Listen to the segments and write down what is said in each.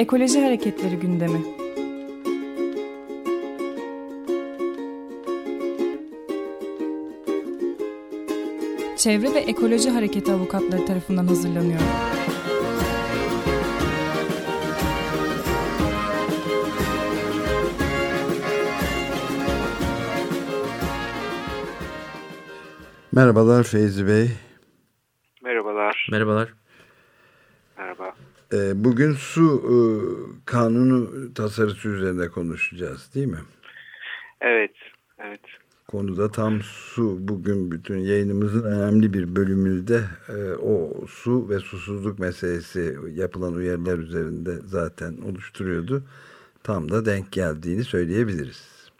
Ekoloji hareketleri gündemi. Çevre ve Ekoloji Hareketi avukatları tarafından hazırlanıyor. Merhabalar Feyzi Bey. Merhabalar. Merhabalar. Merhaba. Bugün su kanunu tasarısı üzerinde konuşacağız, değil mi? Evet. Konuda tam su. Bugün bütün yayınımızın önemli bir bölümünde o su ve susuzluk meselesi yapılan uyarılar üzerinde zaten oluşturuyordu. Tam da denk geldiğini söyleyebiliriz.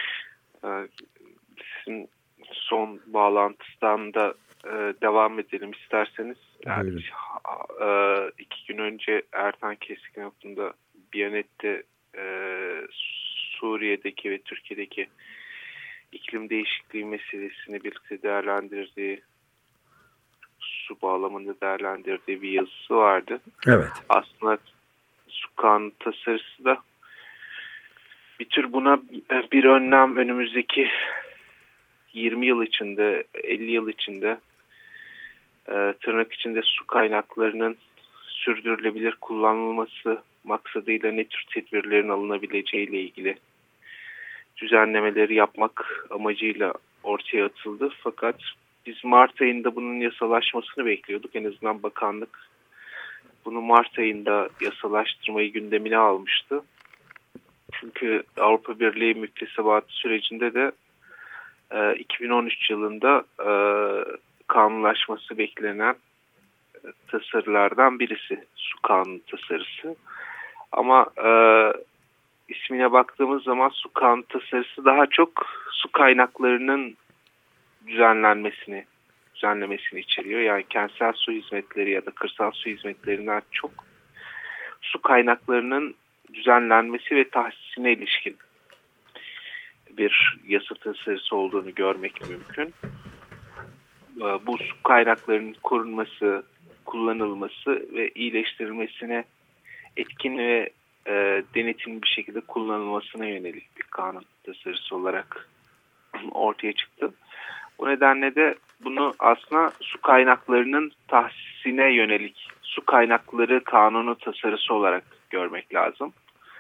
Sizin son bağlantısından da devam edelim isterseniz. Yani, 2 gün önce Ertan Keskin hakkında Biyanet'te Suriye'deki ve Türkiye'deki iklim değişikliği meselesini birlikte değerlendirdiği, su bağlamında değerlendirdiği bir yazısı vardı. Evet. Aslında su kanunu tasarısı da bir tür buna bir önlem, önümüzdeki 20 yıl içinde, 50 yıl içinde tırnak içinde su kaynaklarının sürdürülebilir kullanılması maksadıyla ne tür tedbirlerin alınabileceği ile ilgili düzenlemeleri yapmak amacıyla ortaya atıldı. Fakat biz Mart ayında bunun yasalaşmasını bekliyorduk. En azından bakanlık bunu Mart ayında yasalaştırmayı gündemine almıştı. Çünkü Avrupa Birliği müktesebatı sürecinde de 2013 yılında kanunlaşması beklenen tasarılardan birisi su kanunu tasarısı. Ama ismine baktığımız zaman su kanunu tasarısı daha çok su kaynaklarının düzenlemesini içeriyor. Yani kentsel su hizmetleri ya da kırsal su hizmetlerinden çok su kaynaklarının düzenlenmesi ve tahsisine ilişkin bir yasa tasarısı olduğunu görmek mümkün. Bu su kaynaklarının korunması, kullanılması ve iyileştirilmesine etkin ve denetimli bir şekilde kullanılmasına yönelik bir kanun tasarısı olarak ortaya çıktı. Bu nedenle de bunu aslında su kaynaklarının tahsisine yönelik su kaynakları kanunu tasarısı olarak görmek lazım.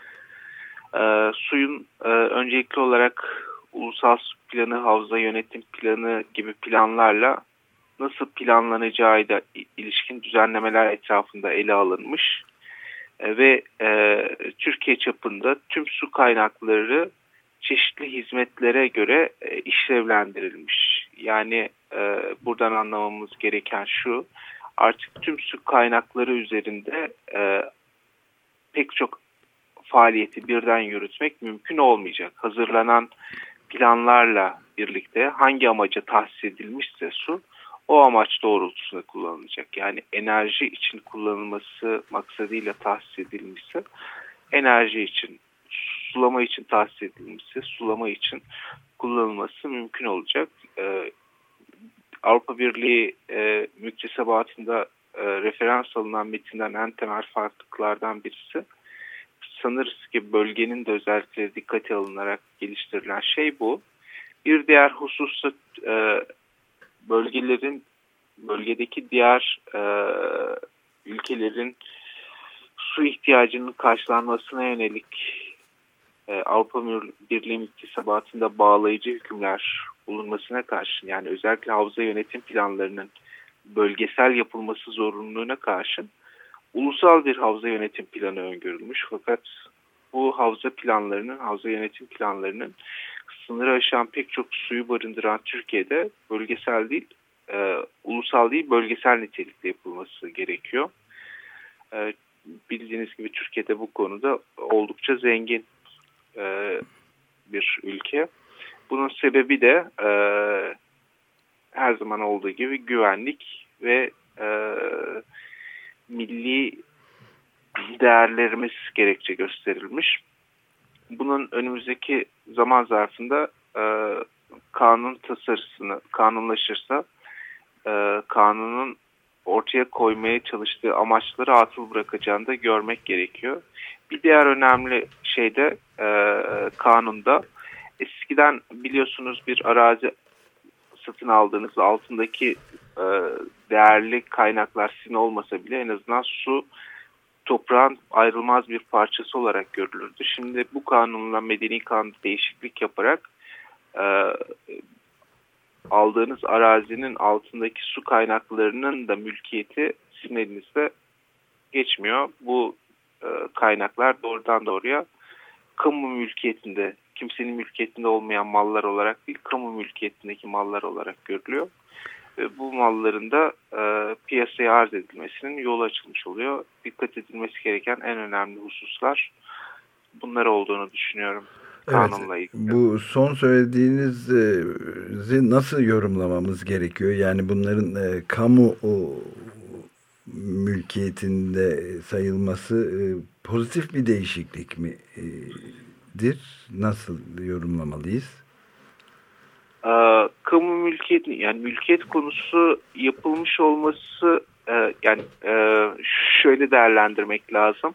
Suyun öncelikli olarak ulusal su planı, havza yönetim planı gibi planlarla nasıl planlanacağı da ilişkin düzenlemeler etrafında ele alınmış ve Türkiye çapında tüm su kaynakları çeşitli hizmetlere göre işlevlendirilmiş. Yani buradan anlamamız gereken şu, artık tüm su kaynakları üzerinde pek çok faaliyeti birden yürütmek mümkün olmayacak. Hazırlanan planlarla birlikte hangi amaca tahsis edilmişse su, o amaç doğrultusunda kullanılacak. Yani enerji için kullanılması maksadıyla tahsis edilmişse enerji için, sulama için tahsis edilmişse sulama için kullanılması mümkün olacak. Avrupa Birliği müktesebatında referans alınan metinden en temel farklılıklardan birisi, sanırız ki bölgenin de özellikleri dikkate alınarak geliştirilen şey bu. Bir diğer husus da bölgedeki diğer ülkelerin su ihtiyacının karşılanmasına yönelik Avrupa Birliği müktesebatında bağlayıcı hükümler bulunmasına karşın, yani özellikle havza yönetim planlarının bölgesel yapılması zorunluluğuna karşın ulusal bir havza yönetim planı öngörülmüş. Fakat bu havza yönetim planlarının sınırı aşan pek çok suyu barındıran Türkiye'de bölgesel değil, ulusal değil, bölgesel nitelikte yapılması gerekiyor. Bildiğiniz gibi Türkiye'de bu konuda oldukça zengin bir ülke. Bunun sebebi de her zaman olduğu gibi güvenlik ve milli değerlerimiz gerekçe gösterilmiş. Bunun önümüzdeki zaman zarfında kanun tasarısını kanunlaşırsa kanunun ortaya koymaya çalıştığı amaçları atıl bırakacağını da görmek gerekiyor. Bir diğer önemli şey de kanunda, eskiden biliyorsunuz bir arazi satın aldığınız, altındaki değerli kaynaklar sizin olmasa bile en azından su toprağın ayrılmaz bir parçası olarak görülürdü. Şimdi bu kanunla, medeni kanunda değişiklik yaparak aldığınız arazinin altındaki su kaynaklarının da mülkiyeti sizin elinizde geçmiyor. Bu kaynaklar doğrudan doğruya kamu mülkiyetinde, kimsenin mülkiyetinde olmayan mallar olarak değil, kamu mülkiyetindeki mallar olarak görülüyor. Ve bu malların da piyasaya arz edilmesinin yolu açılmış oluyor. Dikkat edilmesi gereken en önemli hususlar bunlar olduğunu düşünüyorum. Kanunla ilgili. Bu son söylediğinizi nasıl yorumlamamız gerekiyor? Yani bunların kamu mülkiyetinde sayılması pozitif bir değişiklik midir? Nasıl yorumlamalıyız? Kamu mülkiyeti, yani mülkiyet konusu yapılmış olması, yani şöyle değerlendirmek lazım.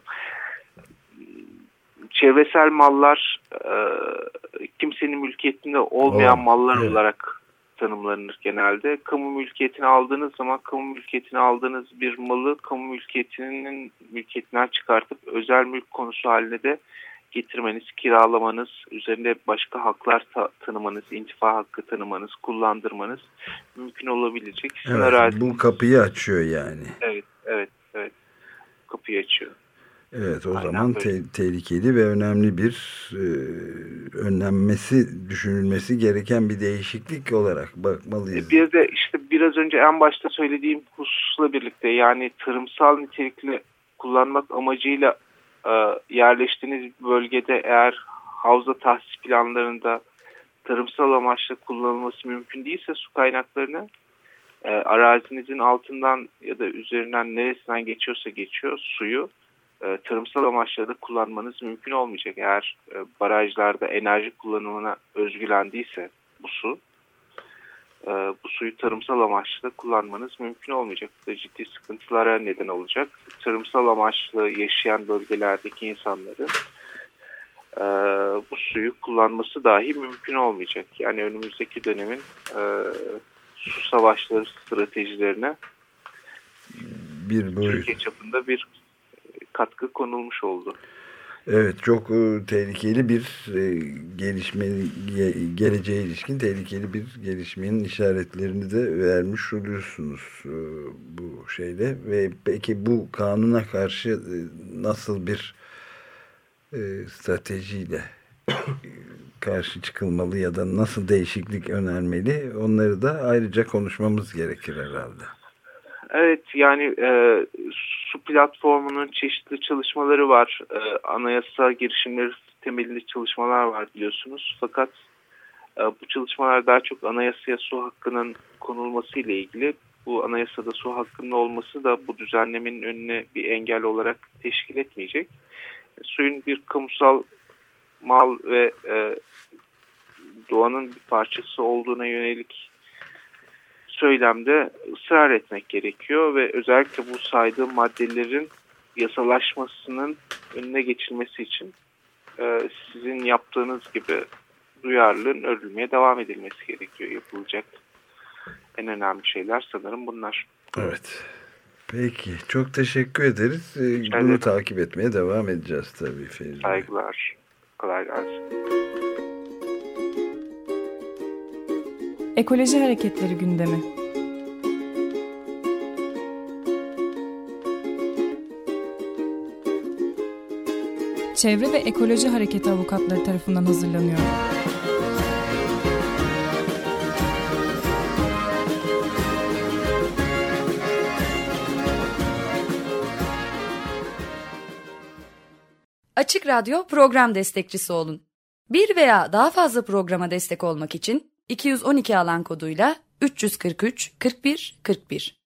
Çevresel mallar kimsenin mülkiyetinde olmayan mallar olarak tanımlanır genelde. Kamu mülkiyetini aldığınız zaman, kamu mülkiyetini aldığınız bir malı kamu mülkiyetinden çıkartıp özel mülk konusu haline de getirmeniz, kiralamanız, üzerinde başka haklar tanımanız, intifa hakkı tanımanız, kullandırmanız mümkün olabilecek. Bu kapıyı açıyor yani. Evet. Kapıyı açıyor. Evet, o zaman tehlikeli ve önemli bir önlenmesi, düşünülmesi gereken bir değişiklik olarak bakmalıyız. Bir de işte biraz önce en başta söylediğim hususla birlikte, yani tarımsal nitelikli kullanmak amacıyla yerleştiğiniz bir bölgede eğer havza tahsis planlarında tarımsal amaçla kullanılması mümkün değilse su kaynaklarını, arazinizin altından ya da üzerinden neresinden geçiyorsa geçiyor suyu, tarımsal amaçlarda kullanmanız mümkün olmayacak. Eğer barajlarda enerji kullanımına özgülendiyse bu su, bu suyu tarımsal amaçla kullanmanız mümkün olmayacak. Bu da ciddi sıkıntılara neden olacak. Tarımsal amaçlı yaşayan bölgelerdeki insanların bu suyu kullanması dahi mümkün olmayacak. Yani önümüzdeki dönemin su savaşları stratejilerine Türkiye çapında bir katkı konulmuş oldu. Evet, çok tehlikeli bir geleceğe ilişkin tehlikeli bir gelişmenin işaretlerini de vermiş oluyorsunuz bu şeyle. Ve peki bu kanuna karşı nasıl bir stratejiyle karşı çıkılmalı ya da nasıl değişiklik önermeli, onları da ayrıca konuşmamız gerekir herhalde. Evet, yani su platformunun çeşitli çalışmaları var. Anayasa girişimleri temelli çalışmalar var biliyorsunuz. Fakat bu çalışmalar daha çok anayasaya su hakkının konulması ile ilgili. Bu anayasada su hakkının olması da bu düzenlemenin önüne bir engel olarak teşkil etmeyecek. Suyun bir kamusal mal ve doğanın bir parçası olduğuna yönelik söylemde ısrar etmek gerekiyor ve özellikle bu saydığım maddelerin yasalaşmasının önüne geçilmesi için sizin yaptığınız gibi duyarlılığın örülmeye devam edilmesi gerekiyor. Yapılacak en önemli şeyler sanırım bunlar. Evet. Peki. Çok teşekkür ederiz. Bunu takip etmeye devam edeceğiz tabii Feyzi. Saygılar. Kolay gelsin. Ekoloji hareketleri gündemi. Çevre ve Ekoloji Hareketi avukatları tarafından hazırlanıyor. Açık Radyo program destekçisi olun. Bir veya daha fazla programa destek olmak için 212 alan koduyla 343 41 41